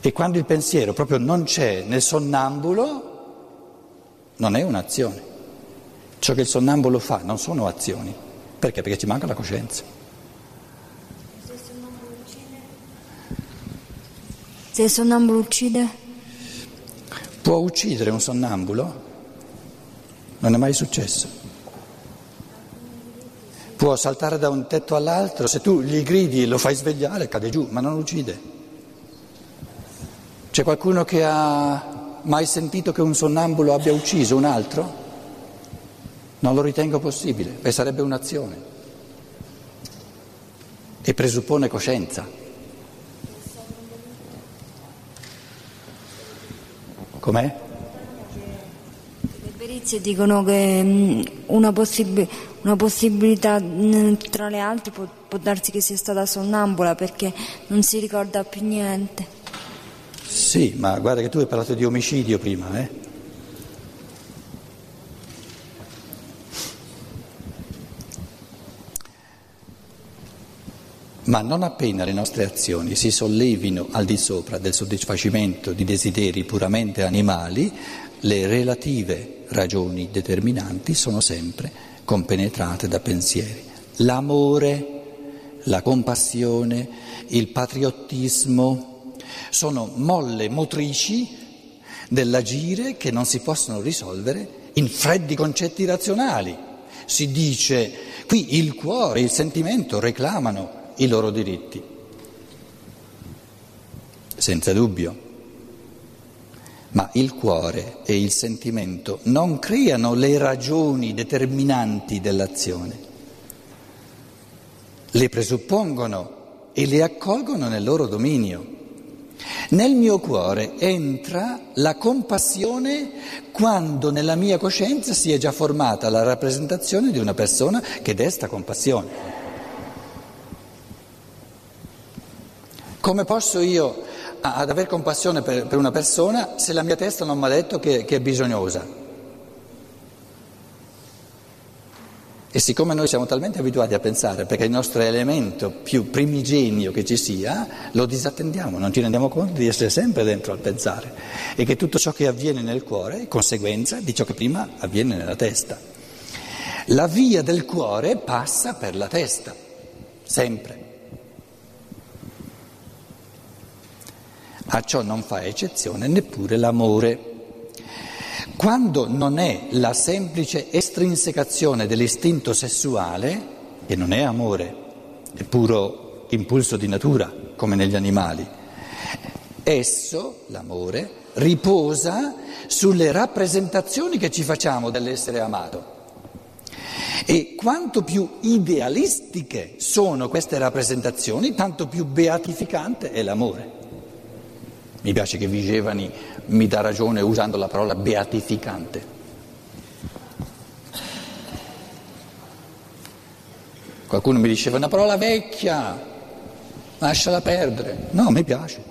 E quando il pensiero proprio non c'è nel sonnambulo, non è un'azione. Ciò che il sonnambulo fa non sono azioni. Perché? Perché ci manca la coscienza. Se il sonnambulo uccide? Se il sonnambulo uccide? Può uccidere un sonnambulo? Non è mai successo. Può saltare da un tetto all'altro, se tu gli gridi e lo fai svegliare cade giù, ma non uccide. C'è qualcuno che ha mai sentito che un sonnambulo abbia ucciso un altro? Non lo ritengo possibile, perché sarebbe un'azione e presuppone coscienza. Com'è? Le perizie dicono che una possibilità tra le altre può darsi che sia stata sonnambula perché non si ricorda più niente. Sì, ma guarda che tu hai parlato di omicidio prima, eh? Ma non appena le nostre azioni si sollevino al di sopra del soddisfacimento di desideri puramente animali, le relative ragioni determinanti sono sempre compenetrate da pensieri. L'amore, la compassione, il patriottismo sono molle motrici dell'agire che non si possono risolvere in freddi concetti razionali. Si dice qui il cuore e il sentimento reclamano i loro diritti, senza dubbio, ma il cuore e il sentimento non creano le ragioni determinanti dell'azione, le presuppongono e le accolgono nel loro dominio. Nel mio cuore entra la compassione quando nella mia coscienza si è già formata la rappresentazione di una persona che desta compassione. Come posso io ad aver compassione per una persona se la mia testa non mi ha detto che è bisognosa? E siccome noi siamo talmente abituati a pensare, perché il nostro elemento più primigenio che ci sia, lo disattendiamo, non ci rendiamo conto di essere sempre dentro al pensare e che tutto ciò che avviene nel cuore è conseguenza di ciò che prima avviene nella testa. La via del cuore passa per la testa, sempre. A ciò non fa eccezione neppure l'amore. Quando non è la semplice estrinsecazione dell'istinto sessuale, che non è amore, è puro impulso di natura, come negli animali, esso, l'amore, riposa sulle rappresentazioni che ci facciamo dell'essere amato. E quanto più idealistiche sono queste rappresentazioni, tanto più beatificante è l'amore. Mi piace che Vigevani mi dà ragione usando la parola beatificante. Qualcuno mi diceva una parola vecchia, lasciala perdere. No, mi piace.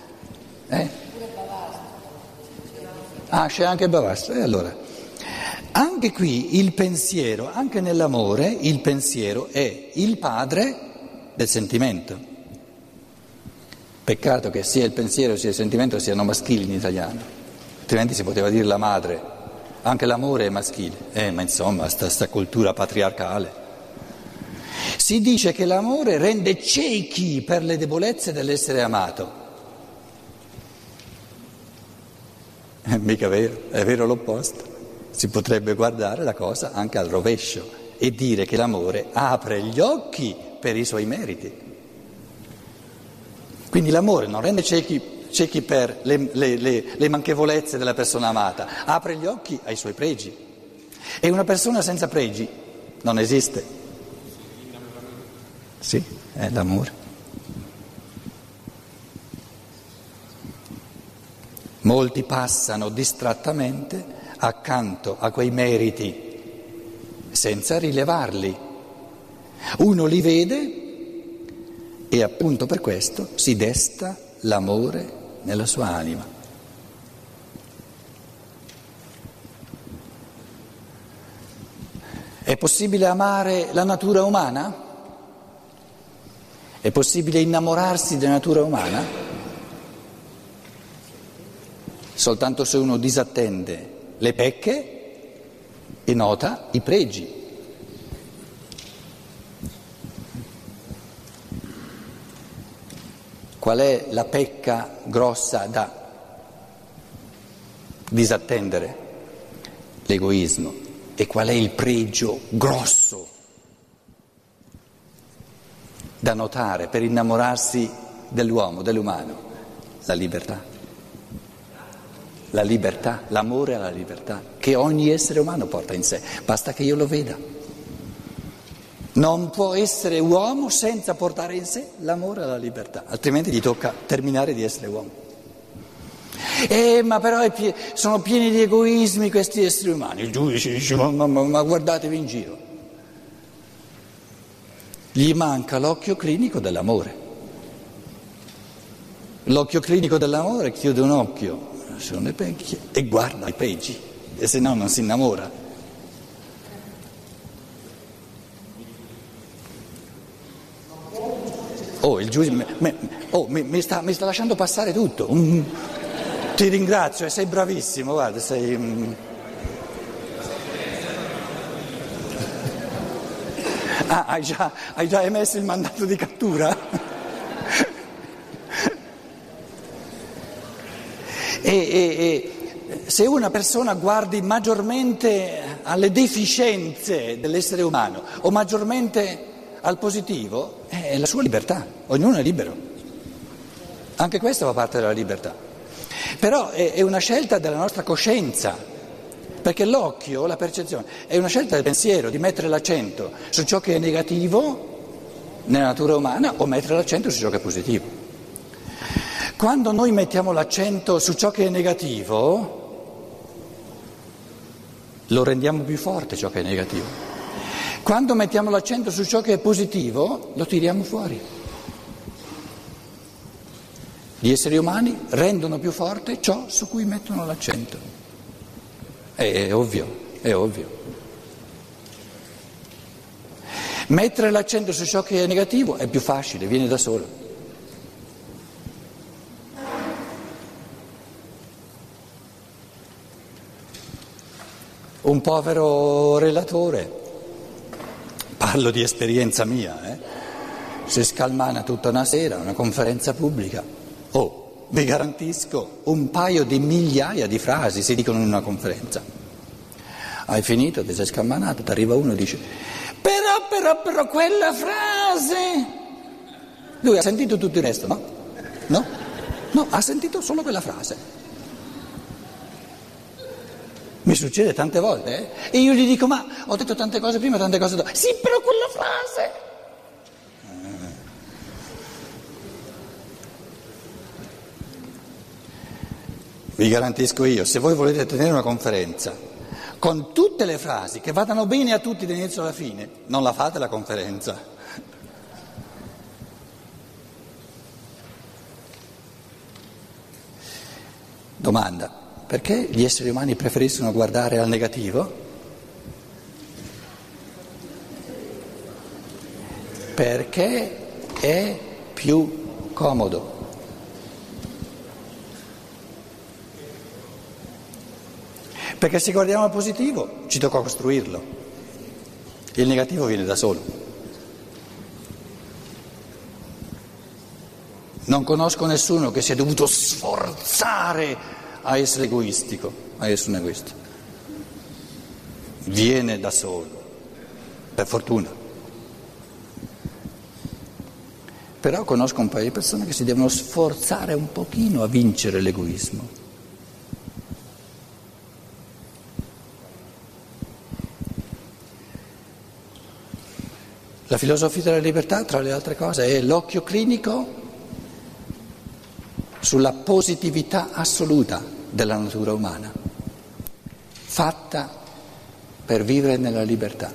Ah, c'è anche Bavastro. E allora, anche qui il pensiero, anche nell'amore, il pensiero è il padre del sentimento. Peccato che sia il pensiero sia il sentimento siano maschili in italiano, altrimenti si poteva dire la madre, anche l'amore è maschile, ma insomma sta cultura patriarcale. Si dice che l'amore rende ciechi per le debolezze dell'essere amato. Mica vero, è vero l'opposto. Si potrebbe guardare la cosa anche al rovescio e dire che l'amore apre gli occhi per i suoi meriti. Quindi l'amore non rende ciechi per le manchevolezze della persona amata, apre gli occhi ai suoi pregi. E una persona senza pregi non esiste. Sì, è l'amore. Molti passano distrattamente accanto a quei meriti senza rilevarli. Uno li vede e appunto per questo si desta l'amore nella sua anima. È possibile amare la natura umana? È possibile innamorarsi della natura umana? soltanto se uno disattende le pecche e nota i pregi. Qual è la pecca grossa da disattendere? L'egoismo. E qual è il pregio grosso da notare per innamorarsi dell'uomo, dell'umano? La libertà. La libertà, l'amore alla libertà, che ogni essere umano porta in sé, basta che io lo veda. Non può essere uomo senza portare in sé l'amore alla libertà, altrimenti gli tocca terminare di essere uomo. Ma però sono pieni di egoismi questi esseri umani. Il giudice dice ma guardatevi in giro. Gli manca l'occhio clinico dell'amore. L'occhio clinico dell'amore chiude un occhio sulle pecchie e guarda i pregi, e se no non si innamora. Oh, il giudice mi sta lasciando passare tutto. Ti ringrazio, sei bravissimo, guarda, sei... Ah, hai già emesso il mandato di cattura? E se una persona guardi maggiormente alle deficienze dell'essere umano o maggiormente al positivo, è la sua libertà, ognuno è libero. Anche questo fa parte della libertà. Però è una scelta della nostra coscienza, perché l'occhio, la percezione, è una scelta del pensiero, di mettere l'accento su ciò che è negativo nella natura umana o mettere l'accento su ciò che è positivo. Quando noi mettiamo l'accento su ciò che è negativo, lo rendiamo più forte ciò che è negativo. Quando mettiamo l'accento su ciò che è positivo, lo tiriamo fuori. Gli esseri umani rendono più forte ciò su cui mettono l'accento. È ovvio, è ovvio. Mettere l'accento su ciò che è negativo è più facile, viene da solo. Un povero relatore, parlo di esperienza mia, si scalmana tutta una sera, una conferenza pubblica. Oh, vi garantisco, un paio di migliaia di frasi si dicono in una conferenza. Hai finito, ti sei scalmanato, ti arriva uno e dice però quella frase... Lui ha sentito tutto il resto, no? No, ha sentito solo quella frase. Mi succede tante volte, e io gli dico, ma ho detto tante cose prima, tante cose dopo. Sì, però quella frase... Vi garantisco io, se voi volete tenere una conferenza con tutte le frasi che vadano bene a tutti dall'inizio alla fine, non la fate la conferenza. Domanda, perché gli esseri umani preferiscono guardare al negativo? Perché è più comodo. Perché se guardiamo al positivo ci tocca costruirlo, il negativo viene da solo. Non conosco nessuno che si è dovuto sforzare a essere egoistico, a essere un egoista. Viene da solo, per fortuna. Però conosco un paio di persone che si devono sforzare un pochino a vincere l'egoismo. La filosofia della libertà, tra le altre cose, è l'occhio clinico sulla positività assoluta della natura umana, fatta per vivere nella libertà.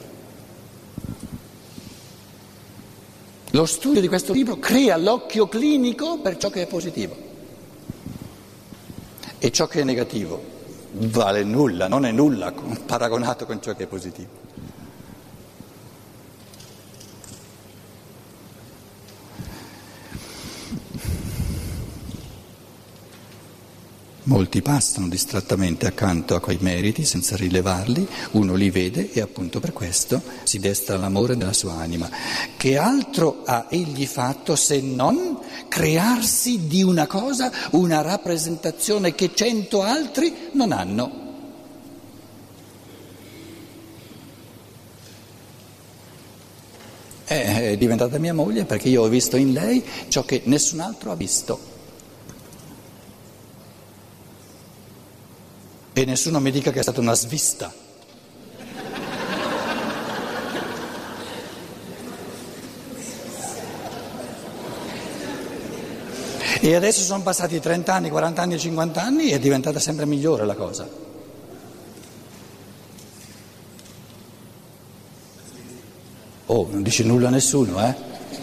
Lo studio di questo libro crea l'occhio clinico per ciò che è positivo e ciò che è negativo vale nulla, non è nulla paragonato con ciò che è positivo. Molti passano distrattamente accanto a quei meriti senza rilevarli, uno li vede e appunto per questo si destra l'amore nella sua anima. Che altro ha egli fatto se non crearsi di una cosa, una rappresentazione che 100 altri non hanno? È diventata mia moglie perché io ho visto in lei ciò che nessun altro ha visto. E nessuno mi dica che è stata una svista. E adesso sono passati 30 anni, 40 anni, 50 anni e è diventata sempre migliore la cosa. Oh, non dice nulla a nessuno, eh?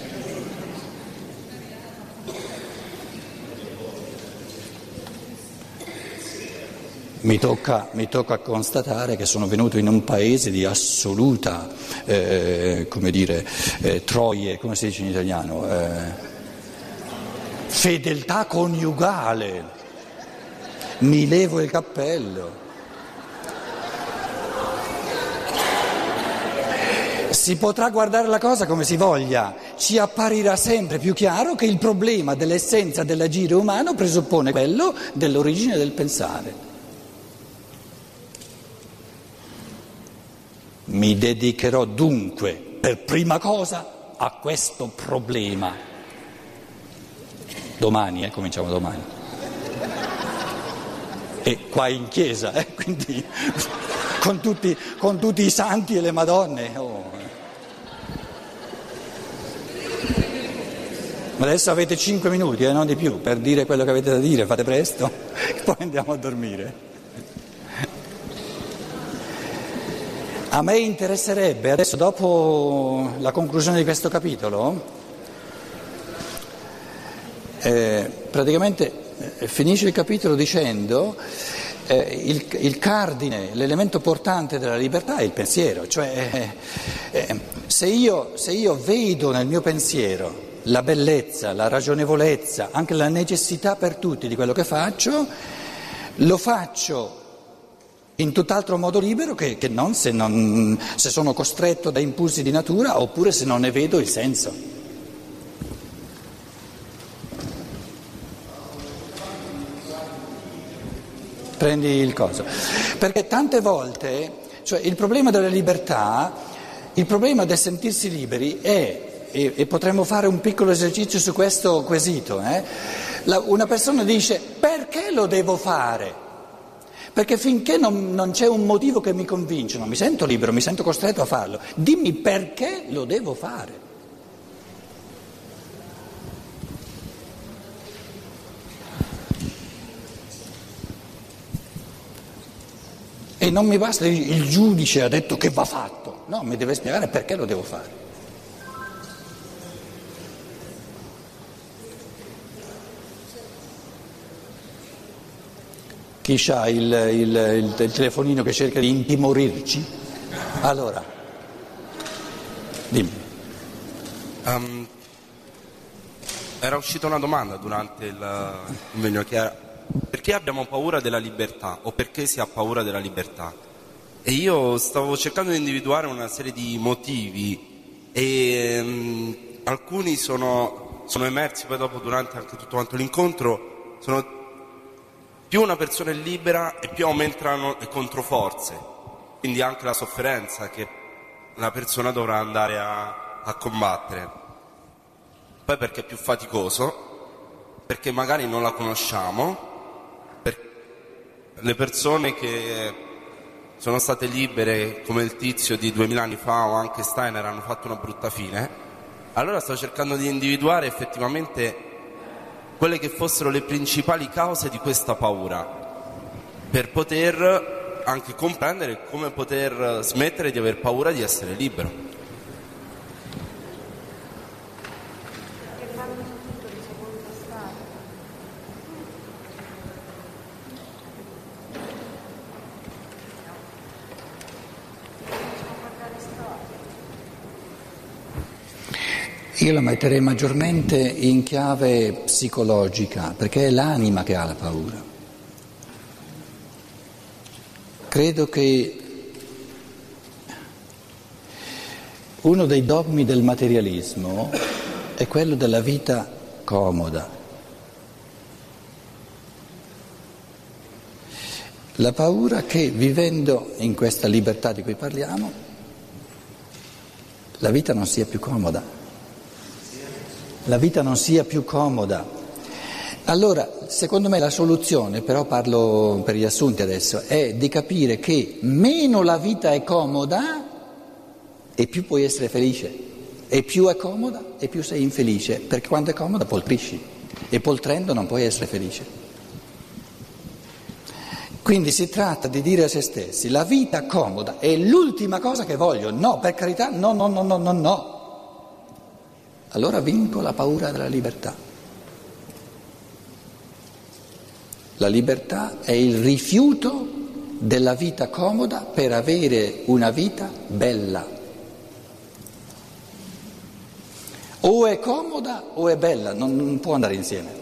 Mi tocca constatare che sono venuto in un paese di assoluta, troie, come si dice in italiano, fedeltà coniugale. Mi levo il cappello. Si potrà guardare la cosa come si voglia, ci apparirà sempre più chiaro che il problema dell'essenza dell'agire umano presuppone quello dell'origine del pensare. Mi dedicherò dunque per prima cosa a questo problema. Domani, cominciamo domani. E qua in chiesa, quindi con tutti i santi e le madonne. Oh. Adesso avete 5 minuti, non di più, per dire quello che avete da dire, fate presto, poi andiamo a dormire. A me interesserebbe, adesso dopo la conclusione di questo capitolo, praticamente finisce il capitolo dicendo il cardine, l'elemento portante della libertà è il pensiero, cioè se io vedo nel mio pensiero la bellezza, la ragionevolezza, anche la necessità per tutti di quello che faccio, lo faccio in tutt'altro modo libero che non se sono costretto da impulsi di natura oppure se non ne vedo il senso. Prendi il coso. Perché tante volte, cioè il problema della libertà, il problema del sentirsi liberi è, e potremmo fare un piccolo esercizio su questo quesito, una persona dice perché lo devo fare? Perché finché non c'è un motivo che mi convince, non mi sento libero, mi sento costretto a farlo. Dimmi perché lo devo fare. E non mi basta il giudice ha detto che va fatto, no, mi deve spiegare perché lo devo fare. Chi c'ha il telefonino che cerca di intimorirci? Allora, dimmi. Era uscita una domanda durante il convegno che era perché abbiamo paura della libertà o perché si ha paura della libertà? E io stavo cercando di individuare una serie di motivi e alcuni sono emersi poi dopo durante anche tutto quanto l'incontro. Più una persona è libera e più aumentano le controforze, quindi anche la sofferenza che la persona dovrà andare a combattere. Poi perché è più faticoso, perché magari non la conosciamo, perché le persone che sono state libere come il tizio di 2000 anni fa o anche Steiner hanno fatto una brutta fine. Allora sto cercando di individuare effettivamente quelle che fossero le principali cause di questa paura, per poter anche comprendere come poter smettere di aver paura di essere libero. Io la metterei maggiormente in chiave psicologica, perché è l'anima che ha la paura. Credo che uno dei dogmi del materialismo è quello della vita comoda. La paura che vivendo in questa libertà di cui parliamo, la vita non sia più comoda. La vita non sia più comoda. Allora, secondo me la soluzione, però parlo per riassunti adesso, è di capire che meno la vita è comoda e più puoi essere felice, e più è comoda e più sei infelice, perché quando è comoda poltrisci e poltrendo non puoi essere felice. Quindi si tratta di dire a se stessi, la vita comoda è l'ultima cosa che voglio, no, per carità, no, no, no, no, no, no. Allora vinco la paura della libertà. La libertà è il rifiuto della vita comoda per avere una vita bella. O è comoda o è bella, non può andare insieme.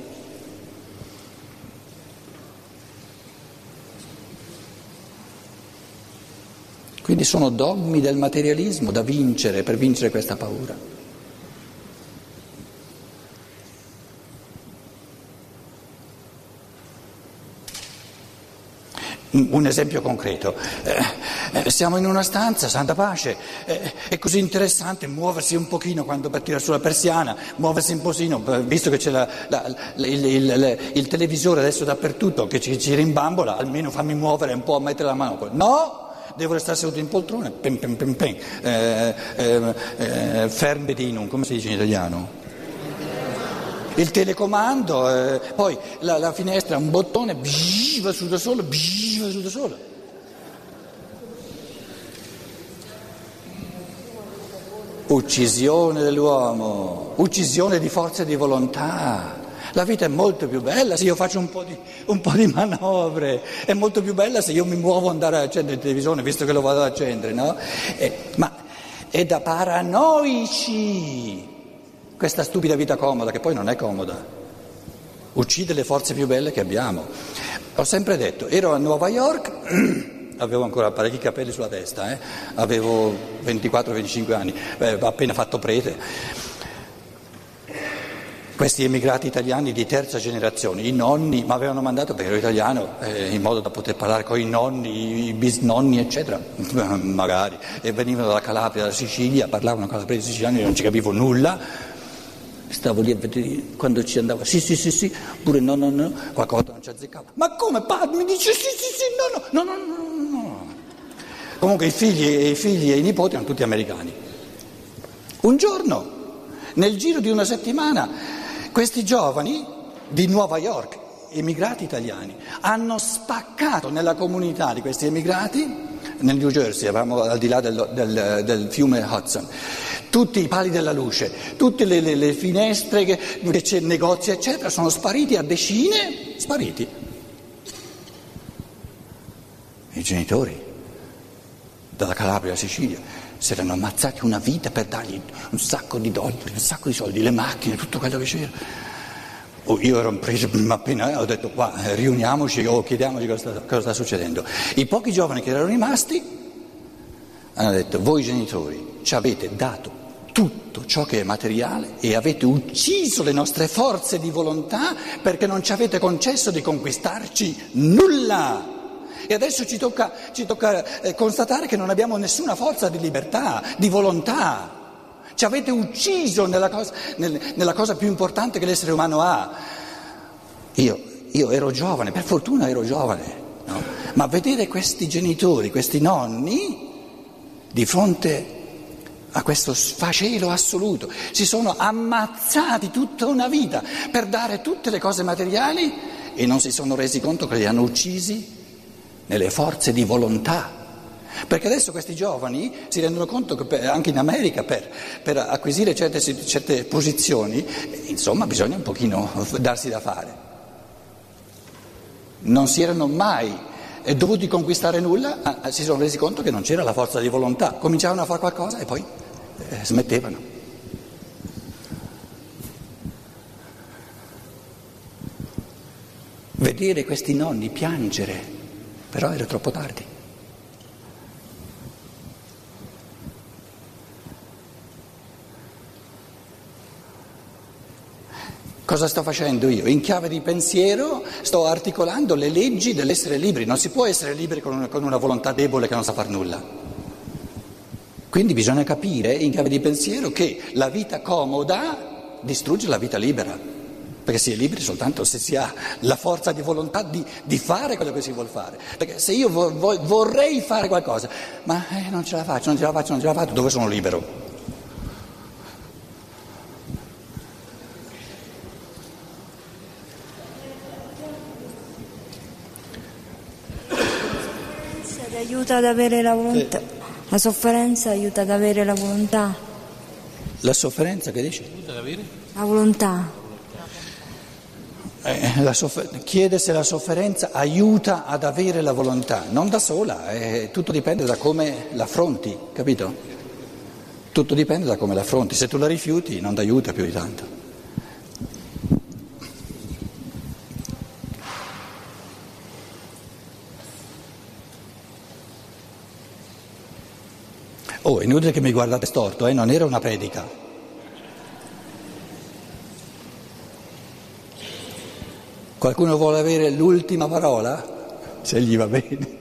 Quindi sono dogmi del materialismo da vincere per vincere questa paura. Un esempio concreto, siamo in una stanza, santa pace, è così interessante muoversi un pochino quando per tirare sulla persiana, muoversi un pochino, visto che c'è il televisore adesso dappertutto che ci rimbambola, almeno fammi muovere un po', mettere la mano. No! Devo restare seduto in poltrona, fermbedinum, come si dice in italiano? Il telecomando, poi la finestra, un bottone, va su da solo, va su da solo. Uccisione dell'uomo, uccisione di forze di volontà. La vita è molto più bella se io faccio un po' di manovre, è molto più bella se io mi muovo andare a accendere il televisore, visto che lo vado ad accendere, no? Ma è da paranoici questa stupida vita comoda, che poi non è comoda, uccide le forze più belle che abbiamo. Ho sempre detto, ero a Nuova York, avevo ancora parecchi capelli sulla testa, avevo 24-25 anni, avevo appena fatto prete. Questi emigrati italiani di terza generazione, i nonni mi avevano mandato, perché ero italiano, in modo da poter parlare con i nonni, i bisnonni, eccetera, magari, e venivano dalla Calabria, dalla Sicilia, parlavano con i siciliani, io non ci capivo nulla, stavo lì a vedere quando ci andava, sì, pure no, qualcosa non ci azzeccava, ma come padre mi dice sì, no. Comunque i figli e i nipoti erano tutti americani. Un giorno, nel giro di una settimana, questi giovani di Nuova York, emigrati italiani, hanno spaccato nella comunità di questi emigrati, nel New Jersey, eravamo al di là del fiume Hudson, tutti i pali della luce, tutte le finestre che c'è negozi eccetera, sono spariti a decine, spariti. I genitori dalla Calabria alla Sicilia si erano ammazzati una vita per dargli un sacco di dollari, un sacco di soldi, le macchine, tutto quello che c'era. Io ero preso appena, ho detto qua, riuniamoci o chiediamoci cosa sta succedendo. I pochi giovani che erano rimasti hanno detto, voi genitori ci avete dato tutto ciò che è materiale e avete ucciso le nostre forze di volontà perché non ci avete concesso di conquistarci nulla. E adesso ci tocca constatare che non abbiamo nessuna forza di libertà, di volontà. Ci avete ucciso nella cosa più importante che l'essere umano ha. Io ero giovane, per fortuna ero giovane, no? Ma vedere questi genitori, questi nonni, di fronte a questo sfacelo assoluto, si sono ammazzati tutta una vita per dare tutte le cose materiali e non si sono resi conto che li hanno uccisi nelle forze di volontà. Perché adesso questi giovani si rendono conto che anche in America per acquisire certe posizioni, insomma, bisogna un pochino darsi da fare. Non si erano mai dovuti conquistare nulla, si sono resi conto che non c'era la forza di volontà, cominciavano a fare qualcosa e poi smettevano. Vedere questi nonni piangere, però era troppo tardi. Cosa sto facendo io? In chiave di pensiero sto articolando le leggi dell'essere liberi. Non si può essere liberi con una volontà debole che non sa far nulla. Quindi bisogna capire in chiave di pensiero che la vita comoda distrugge la vita libera, perché si è liberi soltanto se si ha la forza di volontà di fare quello che si vuol fare. Perché se io vorrei fare qualcosa, ma non ce la faccio, dove sono libero? Aiuta ad avere la volontà. La sofferenza aiuta ad avere la volontà. La sofferenza che dici? La volontà. Chiede se la sofferenza aiuta ad avere la volontà, non da sola, tutto dipende da come l'affronti, capito? Tutto dipende da come l'affronti, se tu la rifiuti non ti aiuta più di tanto. Oh, è inutile che mi guardate storto, non era una predica. Qualcuno vuole avere l'ultima parola? Se gli va bene.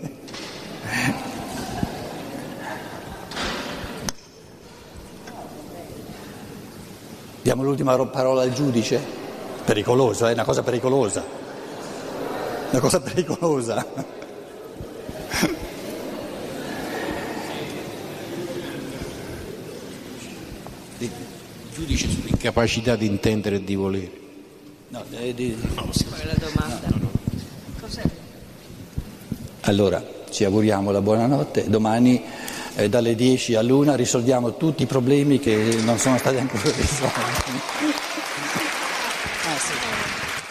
Diamo l'ultima parola al giudice? Pericoloso, è una cosa pericolosa. Una cosa pericolosa. Giudice sull'incapacità di intendere e di volere. No, Si fa la domanda. No. Cos'è? Allora, ci auguriamo la buonanotte. Domani dalle 10 all'1 risolviamo tutti i problemi che non sono stati ancora risolti.